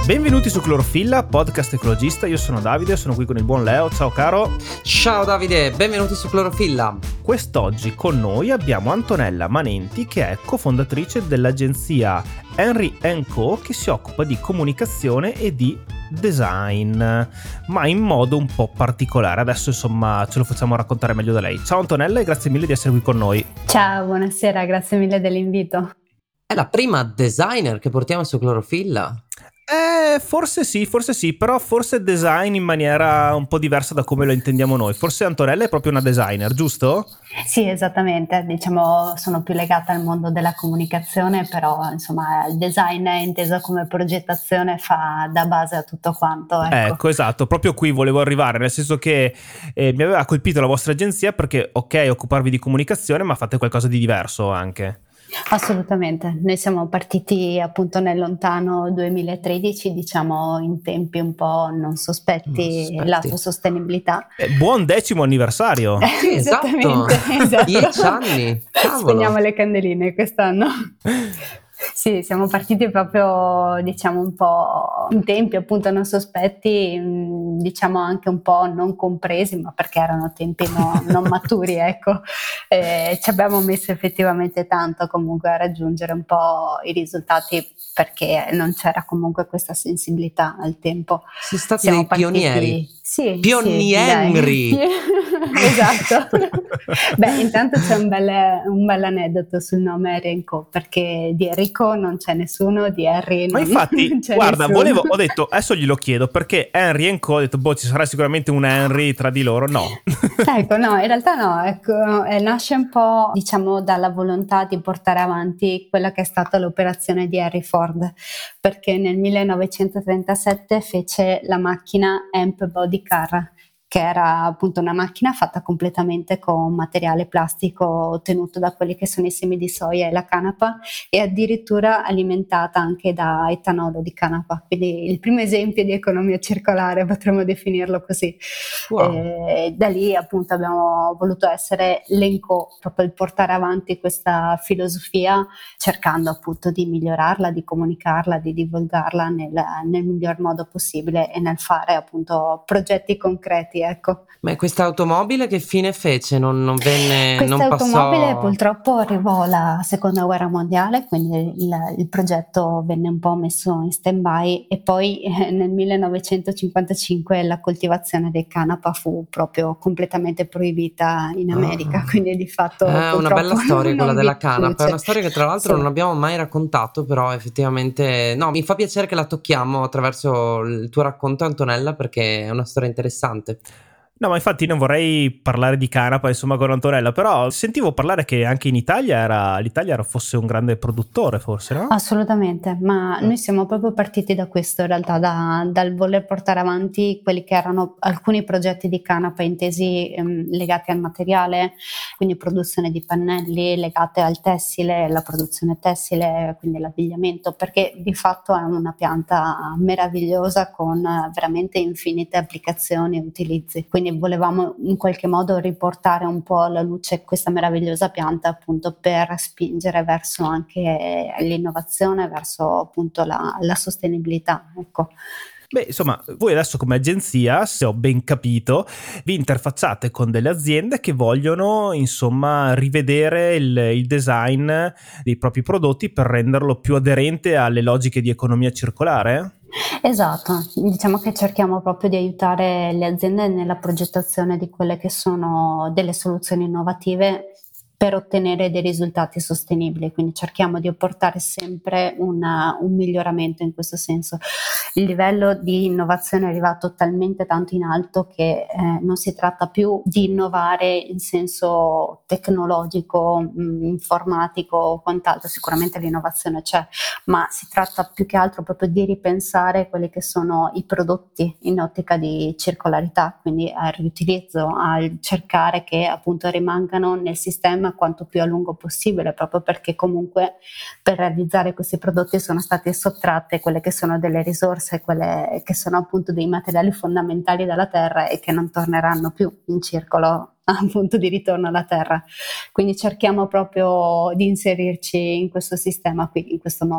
Benvenuti su Clorofilla, podcast ecologista. Io sono Davide, sono qui con il buon Leo. Ciao caro. Ciao Davide, benvenuti su Clorofilla. Quest'oggi con noi abbiamo Antonella Manenti, che è cofondatrice dell'agenzia Henry & Co, che si occupa di comunicazione e di design, ma in modo un po' particolare. Adesso insomma ce lo facciamo raccontare meglio da lei. Ciao Antonella e grazie mille di essere qui con noi. Ciao, buonasera, grazie mille dell'invito. È la prima designer che portiamo su Clorofilla? Forse sì, però forse design in maniera un po' diversa da come lo intendiamo noi. Forse Antonella è proprio una designer, giusto? Sì, esattamente, diciamo sono più legata al mondo della comunicazione, però insomma il design è inteso come progettazione, fa da base a tutto quanto. Ecco, esatto, proprio qui volevo arrivare, nel senso che mi aveva colpito la vostra agenzia perché ok, occuparvi di comunicazione, ma fate qualcosa di diverso anche. Assolutamente, noi siamo partiti appunto nel lontano 2013, diciamo in tempi un po' non sospetti lato sostenibilità. Buon 10° anniversario! Sì, Esattamente, esatto. 10 anni, cavolo! Spegniamo le candeline quest'anno. Sì, siamo partiti proprio, diciamo, un po' in tempi appunto non sospetti, diciamo anche un po' non compresi, ma perché erano tempi non maturi, ecco. Ci abbiamo messo effettivamente tanto comunque a raggiungere un po' i risultati, perché non c'era comunque questa sensibilità al tempo. Siamo stati dei pionieri. Sì, pionieri. Sì, esatto. Beh, intanto c'è un bel aneddoto sul nome Henry & Co, perché di Enrico non c'è nessuno, di Henry ma non infatti, c'è guarda, nessuno. ho detto, adesso glielo chiedo, perché Henry & Co, ho detto, ci sarà sicuramente un Henry tra di loro, no. Ecco, no, in realtà no, ecco, nasce un po', diciamo, dalla volontà di portare avanti quella che è stata l'operazione di Henry Ford, perché nel 1937 fece la macchina Hemp Body Car, che era appunto una macchina fatta completamente con materiale plastico ottenuto da quelli che sono i semi di soia e la canapa, e addirittura alimentata anche da etanolo di canapa, quindi il primo esempio di economia circolare, potremmo definirlo così. Wow. Da lì appunto abbiamo voluto essere l'Enco, proprio il portare avanti questa filosofia, cercando appunto di migliorarla, di comunicarla, di divulgarla nel miglior modo possibile e nel fare appunto progetti concreti. Ecco. Ma questa automobile che fine fece? Non venne, Questa non automobile passò... purtroppo arrivò alla seconda guerra mondiale, quindi il progetto venne un po' messo in stand-by, e poi nel 1955 la coltivazione del canapa fu proprio completamente proibita in America, quindi di fatto È una bella storia quella della canapa, è una storia che tra l'altro non abbiamo mai raccontato, però effettivamente no, mi fa piacere che la tocchiamo attraverso il tuo racconto, Antonella, perché è una storia interessante. No, ma infatti non vorrei parlare di canapa, insomma, con Antonella, però sentivo parlare che anche in Italia l'Italia fosse un grande produttore, forse, no? Assolutamente, ma noi siamo proprio partiti da questo in realtà, dal voler portare avanti quelli che erano alcuni progetti di canapa intesi legati al materiale, quindi produzione di pannelli, legate al tessile, la produzione tessile, quindi l'abbigliamento, perché di fatto è una pianta meravigliosa con veramente infinite applicazioni e utilizzi, quindi volevamo in qualche modo riportare un po' alla luce questa meravigliosa pianta, appunto per spingere verso anche l'innovazione, verso appunto la sostenibilità, ecco. Beh, insomma, voi adesso come agenzia, se ho ben capito, vi interfacciate con delle aziende che vogliono, insomma, rivedere il design dei propri prodotti per renderlo più aderente alle logiche di economia circolare? Esatto, diciamo che cerchiamo proprio di aiutare le aziende nella progettazione di quelle che sono delle soluzioni innovative per ottenere dei risultati sostenibili, quindi cerchiamo di apportare sempre un miglioramento in questo senso. Il livello di innovazione è arrivato talmente tanto in alto che non si tratta più di innovare in senso tecnologico, informatico o quant'altro, sicuramente l'innovazione c'è, ma si tratta più che altro proprio di ripensare quelli che sono i prodotti in ottica di circolarità, quindi al riutilizzo, al cercare che appunto rimangano nel sistema quanto più a lungo possibile, proprio perché comunque per realizzare questi prodotti sono state sottratte quelle che sono delle risorse, quelle che sono appunto dei materiali fondamentali dalla terra e che non torneranno più in circolo appunto di ritorno alla terra. Quindi cerchiamo proprio di inserirci in questo sistema qui, in questo modo.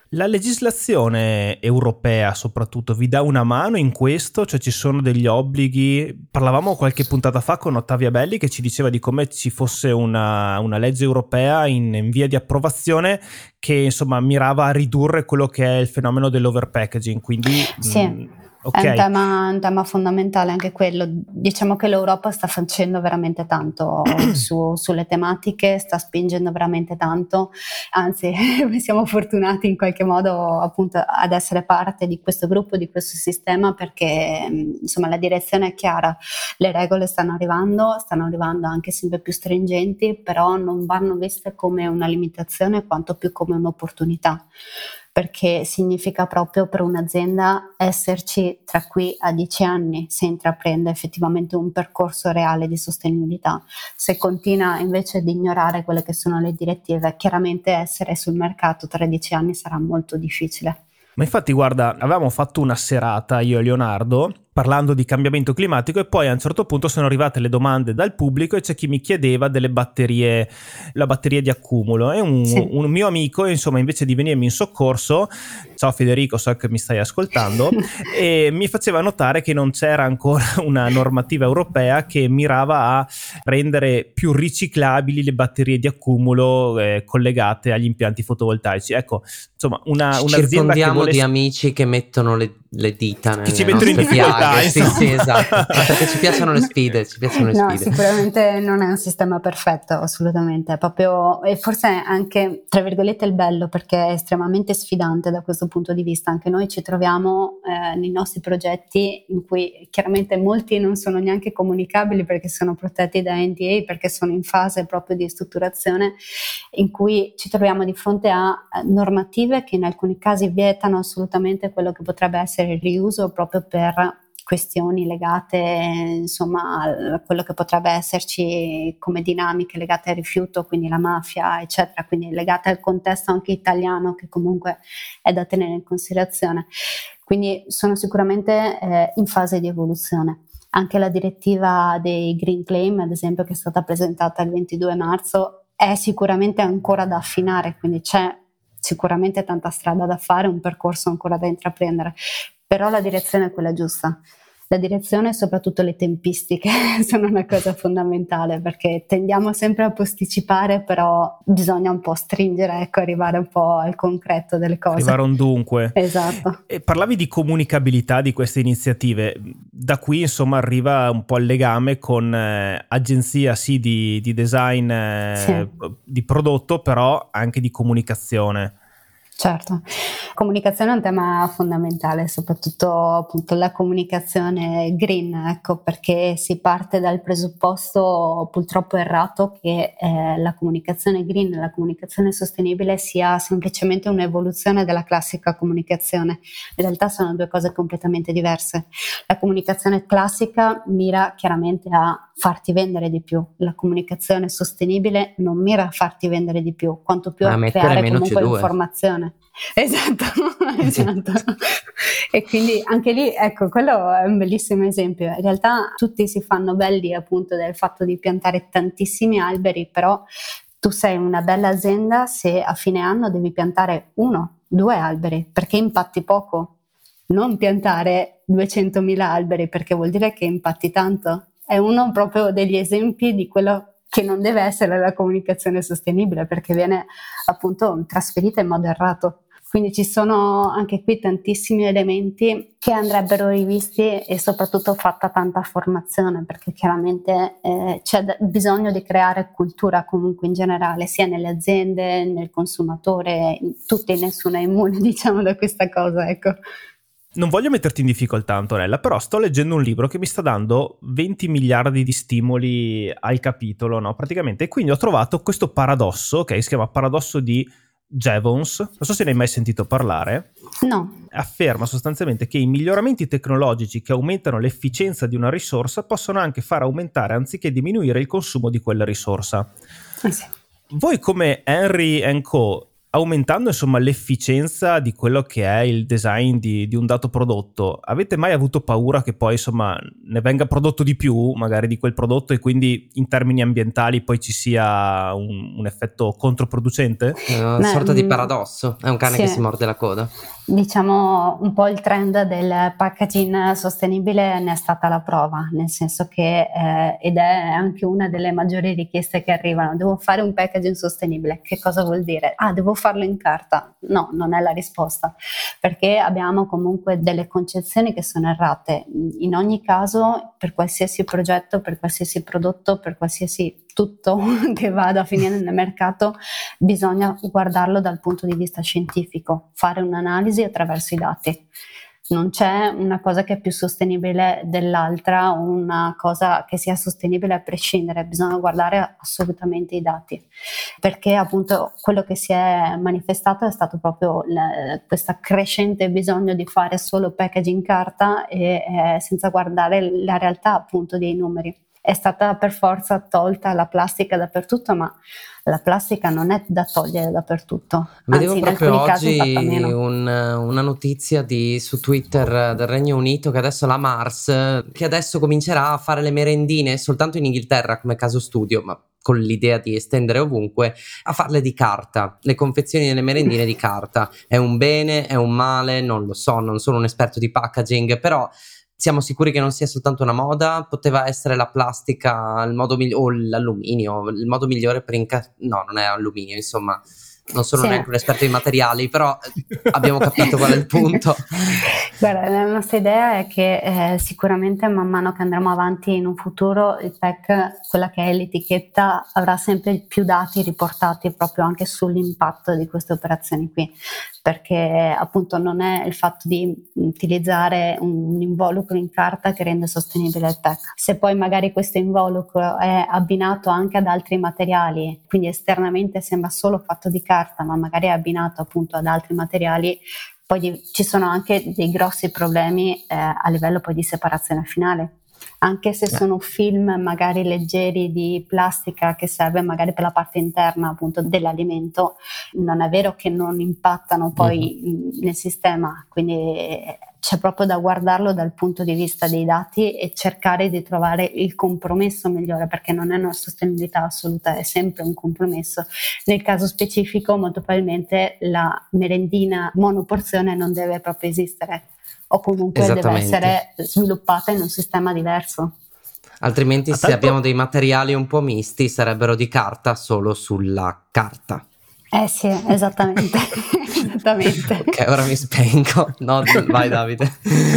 La legislazione europea soprattutto vi dà una mano in questo? Cioè ci sono degli obblighi? Parlavamo qualche puntata fa con Ottavia Belli che ci diceva di come ci fosse una legge europea in via di approvazione che insomma mirava a ridurre quello che è il fenomeno dell'overpackaging, quindi Sì. ok. È un tema fondamentale anche quello. Diciamo che l'Europa sta facendo veramente tanto sulle tematiche, sta spingendo veramente tanto, anzi siamo fortunati in qualche modo appunto ad essere parte di questo gruppo, di questo sistema, perché insomma la direzione è chiara, le regole stanno arrivando anche sempre più stringenti, però non vanno viste come una limitazione quanto più come un'opportunità, perché significa proprio per un'azienda esserci tra qui a 10 anni se intraprende effettivamente un percorso reale di sostenibilità. Se continua invece di ignorare quelle che sono le direttive, chiaramente essere sul mercato tra 10 anni sarà molto difficile. Ma infatti guarda, avevamo fatto una serata io e Leonardo parlando di cambiamento climatico e poi a un certo punto sono arrivate le domande dal pubblico e c'è chi mi chiedeva delle batterie, la batteria di accumulo, e un mio amico insomma invece di venirmi in soccorso, ciao Federico, so che mi stai ascoltando, e mi faceva notare che non c'era ancora una normativa europea che mirava a rendere più riciclabili le batterie di accumulo collegate agli impianti fotovoltaici. Ecco, insomma un'azienda che vuole... di amici che mettono le dita che ci nelle mettono in nostre difficoltà, piaghe. insomma. Sì, esatto, perché ci piacciono le sfide, No, sicuramente non è un sistema perfetto, assolutamente, è proprio, e forse anche tra virgolette il bello, perché è estremamente sfidante da questo punto di vista. Anche noi ci troviamo nei nostri progetti in cui chiaramente molti non sono neanche comunicabili perché sono protetti da NDA, perché sono in fase proprio di strutturazione, in cui ci troviamo di fronte a normative che in alcuni casi vietano assolutamente quello che potrebbe essere il riuso proprio per questioni legate insomma a quello che potrebbe esserci come dinamiche legate al rifiuto, quindi la mafia eccetera, quindi legate al contesto anche italiano che comunque è da tenere in considerazione. Quindi sono sicuramente in fase di evoluzione. Anche la direttiva dei Green Claim, ad esempio, che è stata presentata il 22 marzo, è sicuramente ancora da affinare, quindi c'è sicuramente tanta strada da fare, un percorso ancora da intraprendere, però la direzione è quella giusta. La direzione e soprattutto le tempistiche sono una cosa fondamentale, perché tendiamo sempre a posticipare, però bisogna un po' stringere, ecco, arrivare un po' al concreto delle cose. Arrivare a un dunque. Esatto. E parlavi di comunicabilità di queste iniziative, da qui insomma arriva un po' il legame con agenzia sì di design Sì. di prodotto, però anche di comunicazione. Certo, comunicazione è un tema fondamentale, soprattutto appunto la comunicazione green, ecco, perché si parte dal presupposto purtroppo errato che la comunicazione green, la comunicazione sostenibile sia semplicemente un'evoluzione della classica comunicazione. In realtà sono due cose completamente diverse. La comunicazione classica mira chiaramente a farti vendere di più, la comunicazione sostenibile non mira a farti vendere di più, quanto più a creare comunque informazione. Esatto. E quindi anche lì, ecco, quello è un bellissimo esempio. In realtà tutti si fanno belli appunto del fatto di piantare tantissimi alberi, però tu sei una bella azienda se a fine anno devi piantare 1, 2 alberi, perché impatti poco. Non piantare 200.000 alberi, perché vuol dire che impatti tanto. È uno proprio degli esempi di quello che non deve essere la comunicazione sostenibile, perché viene appunto trasferita in modo errato. Quindi ci sono anche qui tantissimi elementi che andrebbero rivisti e soprattutto fatta tanta formazione, perché chiaramente c'è bisogno di creare cultura comunque in generale, sia nelle aziende, nel consumatore, tutti, nessuno è immune diciamo da questa cosa, ecco. Non voglio metterti in difficoltà, Antonella, però sto leggendo un libro che mi sta dando 20 miliardi di stimoli al capitolo, no? Praticamente. E quindi ho trovato questo paradosso, che si chiama Paradosso di Jevons. Non so se ne hai mai sentito parlare. No. Afferma sostanzialmente che i miglioramenti tecnologici che aumentano l'efficienza di una risorsa possono anche far aumentare anziché diminuire il consumo di quella risorsa. Sì. Voi come Henry & Co. aumentando insomma l'efficienza di quello che è il design di un dato prodotto, avete mai avuto paura che poi insomma ne venga prodotto di più magari di quel prodotto e quindi in termini ambientali poi ci sia un effetto controproducente? È una sorta di paradosso, è un cane che si morde la coda. Diciamo un po' il trend del packaging sostenibile ne è stata la prova, nel senso che ed è anche una delle maggiori richieste che arrivano: devo fare un packaging sostenibile, che cosa vuol dire? Devo farlo in carta? No, non è la risposta, perché abbiamo comunque delle concezioni che sono errate. In ogni caso, per qualsiasi progetto, per qualsiasi prodotto, per qualsiasi tutto che vada a finire nel mercato, bisogna guardarlo dal punto di vista scientifico, fare un'analisi attraverso i dati. Non c'è una cosa che è più sostenibile dell'altra, una cosa che sia sostenibile a prescindere, bisogna guardare assolutamente i dati, perché appunto quello che si è manifestato è stato proprio questo crescente bisogno di fare solo packaging carta e senza guardare la realtà appunto dei numeri. È stata per forza tolta la plastica dappertutto, ma la plastica non è da togliere dappertutto. Vedevo anzi, proprio in alcuni casi oggi una notizia su Twitter del Regno Unito che adesso la Mars, che adesso comincerà a fare le merendine soltanto in Inghilterra come caso studio, ma con l'idea di estendere ovunque, a farle di carta, le confezioni delle merendine di carta. È un bene, è un male, non lo so, non sono un esperto di packaging, però siamo sicuri che non sia soltanto una moda? Poteva essere la plastica il modo o l'alluminio il modo migliore per no, non è alluminio, insomma. Non sono neanche un esperto di materiali, però abbiamo capito qual è il punto. Guarda, la nostra idea è che sicuramente man mano che andremo avanti in un futuro, il PEC, quella che è l'etichetta, avrà sempre più dati riportati proprio anche sull'impatto di queste operazioni qui, perché appunto non è il fatto di utilizzare un involucro in carta che rende sostenibile il PEC. Se poi magari questo involucro è abbinato anche ad altri materiali, quindi esternamente sembra solo fatto di carta, ma magari è abbinato appunto ad altri materiali, poi ci sono anche dei grossi problemi a livello poi di separazione finale. Anche se sono film magari leggeri di plastica che serve magari per la parte interna appunto dell'alimento, non è vero che non impattano poi nel sistema, quindi c'è proprio da guardarlo dal punto di vista dei dati e cercare di trovare il compromesso migliore, perché non è una sostenibilità assoluta, è sempre un compromesso. Nel caso specifico molto probabilmente la merendina monoporzione non deve proprio esistere, o comunque deve essere sviluppata in un sistema diverso. Altrimenti se abbiamo dei materiali un po' misti sarebbero di carta solo sulla carta. Sì, esattamente. Esattamente. Ok, ora mi spengo. No, vai Davide.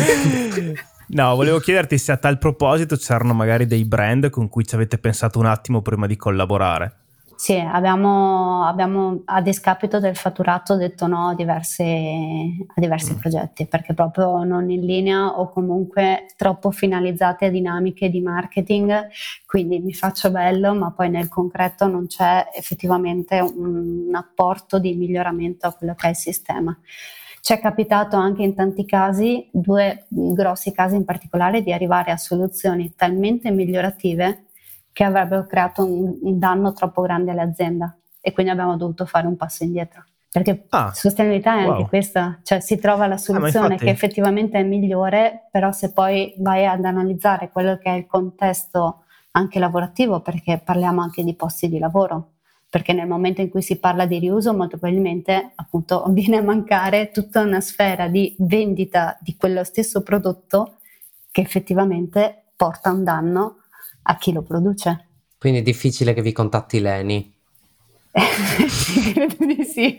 No, volevo chiederti se a tal proposito c'erano magari dei brand con cui ci avete pensato un attimo prima di collaborare. Sì, abbiamo a discapito del fatturato detto no a diversi progetti, perché proprio non in linea o comunque troppo finalizzati a dinamiche di marketing, quindi mi faccio bello ma poi nel concreto non c'è effettivamente un apporto di miglioramento a quello che è il sistema. Ci è capitato anche in tanti casi, 2 grossi casi in particolare, di arrivare a soluzioni talmente migliorative che avrebbero creato un danno troppo grande all'azienda, e quindi abbiamo dovuto fare un passo indietro, perché sostenibilità è anche questa, cioè si trova la soluzione che effettivamente è migliore, però se poi vai ad analizzare quello che è il contesto anche lavorativo, perché parliamo anche di posti di lavoro, perché nel momento in cui si parla di riuso molto probabilmente appunto viene a mancare tutta una sfera di vendita di quello stesso prodotto che effettivamente porta un danno a chi lo produce. Quindi è difficile che vi contatti Leni. Credo di sì.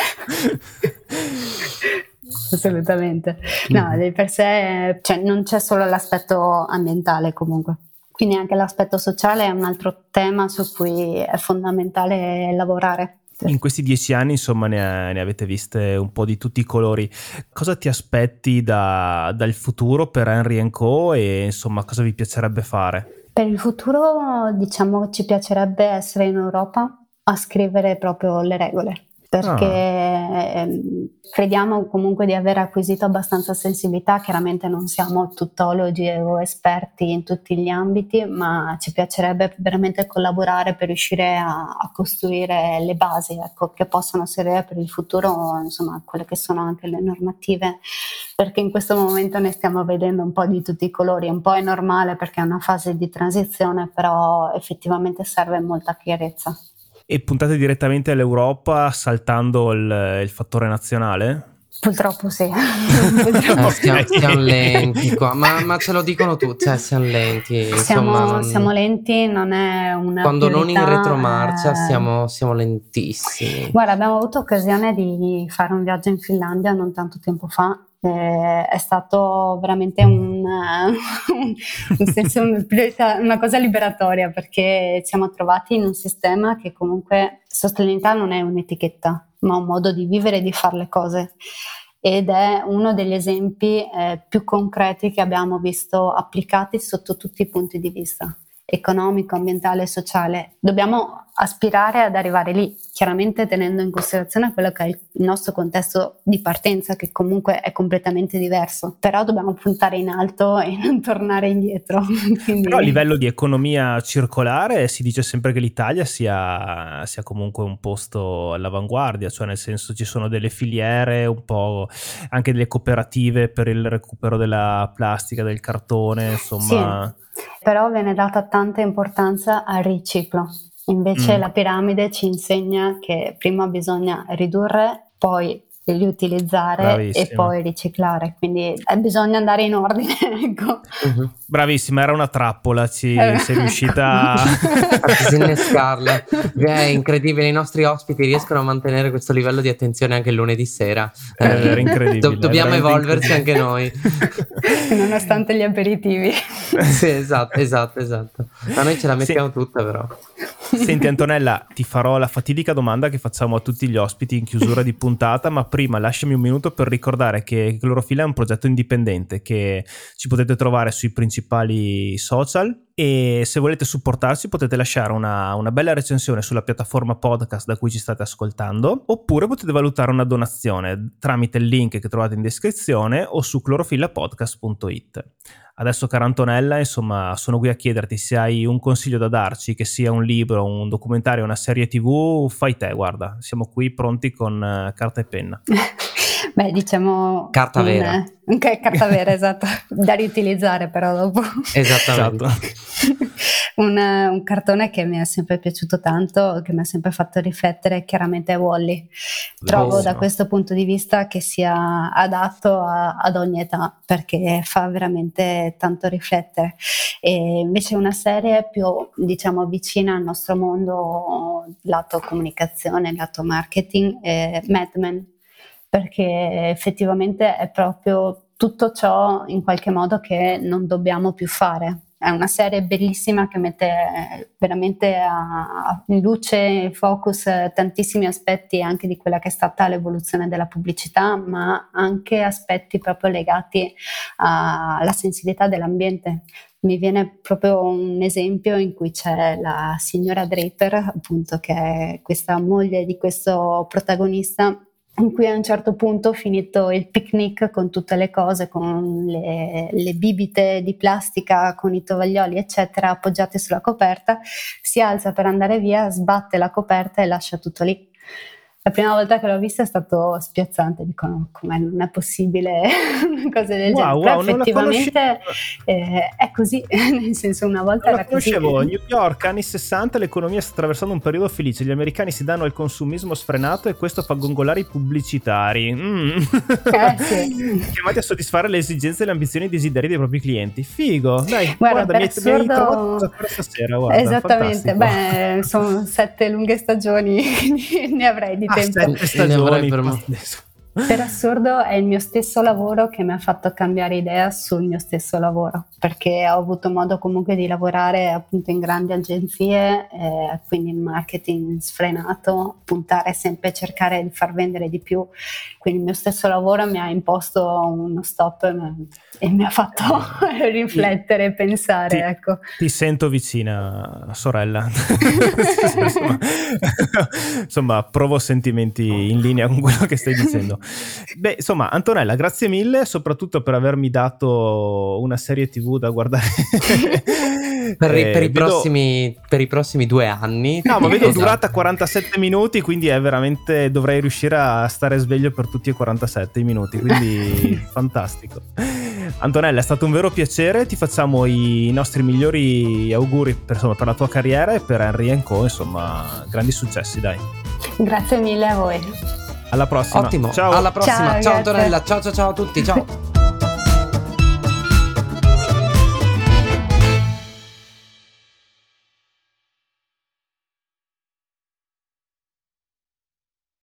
Assolutamente. No, di per sé non c'è solo l'aspetto ambientale comunque. Quindi anche l'aspetto sociale è un altro tema su cui è fondamentale lavorare. In questi 10 anni, insomma, ne avete viste un po' di tutti i colori. Cosa ti aspetti dal futuro per Henry & Co. e insomma cosa vi piacerebbe fare? Per il futuro, diciamo, ci piacerebbe essere in Europa a scrivere proprio le regole. perché crediamo comunque di aver acquisito abbastanza sensibilità. Chiaramente non siamo tuttologi o esperti in tutti gli ambiti, ma ci piacerebbe veramente collaborare per riuscire a costruire le basi, ecco, che possano servire per il futuro, insomma, quelle che sono anche le normative, perché in questo momento ne stiamo vedendo un po' di tutti i colori. Un po' è normale perché è una fase di transizione, però effettivamente serve molta chiarezza. E puntate direttamente all'Europa saltando il fattore nazionale? Purtroppo sì. Siamo lenti qua, ma ce lo dicono tutti, siamo lenti. Siamo lenti, non è una quando priorità, non in retromarcia siamo lentissimi. Guarda, abbiamo avuto occasione di fare un viaggio in Finlandia non tanto tempo fa. È stato veramente una cosa liberatoria, perché ci siamo trovati in un sistema che comunque sostenibilità non è un'etichetta, ma un modo di vivere e di fare le cose, ed è uno degli esempi più concreti che abbiamo visto applicati sotto tutti i punti di vista: economico, ambientale e sociale. Dobbiamo aspirare ad arrivare lì, chiaramente tenendo in considerazione quello che è il nostro contesto di partenza, che comunque è completamente diverso, però dobbiamo puntare in alto e non tornare indietro. Quindi... Però a livello di economia circolare si dice sempre che l'Italia sia comunque un posto all'avanguardia, cioè nel senso ci sono delle filiere, un po' anche delle cooperative per il recupero della plastica, del cartone, insomma... Sì. Però viene data tanta importanza al riciclo, invece la piramide ci insegna che prima bisogna ridurre, poi riutilizzare. Bravissima. E poi riciclare, quindi bisogna andare in ordine, ecco. Bravissima, era una trappola, sei riuscita a disinnescarla. È incredibile, i nostri ospiti riescono a mantenere questo livello di attenzione anche il lunedì sera. Era incredibile. Dobbiamo evolverci anche noi. Nonostante gli aperitivi. Sì, esatto. Ma noi ce la mettiamo tutta, però. Senti Antonella, ti farò la fatidica domanda che facciamo a tutti gli ospiti in chiusura di puntata, ma prima lasciami un minuto per ricordare che Clorofilla è un progetto indipendente che ci potete trovare sui principali social, e se volete supportarci potete lasciare una bella recensione sulla piattaforma podcast da cui ci state ascoltando, oppure potete valutare una donazione tramite il link che trovate in descrizione o su clorofillapodcast.it. Adesso, cara Antonella, insomma, sono qui a chiederti se hai un consiglio da darci, che sia un libro, un documentario, una serie TV. Fai te, guarda, siamo qui pronti con carta e penna. Beh, diciamo carta vera. Carta vera, esatto, da riutilizzare però dopo. Esattamente. Un cartone che mi è sempre piaciuto tanto, che mi ha sempre fatto riflettere, chiaramente è Wall-E. Trovo da questo punto di vista che sia adatto ad ogni età, perché fa veramente tanto riflettere. E invece una serie più, diciamo, vicina al nostro mondo, lato comunicazione, lato marketing, è Mad Men, perché effettivamente è proprio tutto ciò in qualche modo che non dobbiamo più fare. È una serie bellissima che mette veramente in luce, in focus tantissimi aspetti anche di quella che è stata l'evoluzione della pubblicità, ma anche aspetti proprio legati alla sensibilità dell'ambiente. Mi viene proprio un esempio in cui c'è la signora Draper, appunto, che è questa moglie di questo protagonista, in cui a un certo punto, finito il picnic con tutte le cose, con le bibite di plastica, con i tovaglioli eccetera appoggiate sulla coperta, si alza per andare via, sbatte la coperta e lascia tutto lì. La prima volta che l'ho vista è stato spiazzante, dico no, com'è, non è possibile cose del genere, però effettivamente è così, nel senso una volta non era la conoscevo. così. New York, anni 60, l'economia sta attraversando un periodo felice, gli americani si danno al consumismo sfrenato e questo fa gongolare i pubblicitari. Sì. Chiamati a soddisfare le esigenze e le ambizioni e i desideri dei propri clienti. Figo, dai, guarda mi hai trovato stasera, guarda, esattamente, fantastico. beh, sono 7 lunghe stagioni, ne avrei di tempo. 7 stagioni Per assurdo è il mio stesso lavoro che mi ha fatto cambiare idea sul mio stesso lavoro, perché ho avuto modo comunque di lavorare appunto in grandi agenzie, quindi in marketing sfrenato, puntare sempre a cercare di far vendere di più, quindi il mio stesso lavoro mi ha imposto uno stop e mi ha fatto riflettere e pensare, ecco. Ti sento vicina, sorella. Insomma, provo sentimenti in linea con quello che stai dicendo. Beh, insomma, Antonella, grazie mille, soprattutto per avermi dato una serie TV da guardare per i prossimi 2 anni. No, ma vedo durata 47 minuti, quindi è veramente, dovrei riuscire a stare sveglio per tutti e 47 minuti, quindi fantastico. Antonella, è stato un vero piacere, ti facciamo i nostri migliori auguri per la tua carriera e per Henry & Co, insomma, grandi successi, dai. Grazie mille a voi. Alla prossima. Ottimo. Ciao. Alla prossima. Ciao, ciao Antonella. Ciao a tutti. Ciao.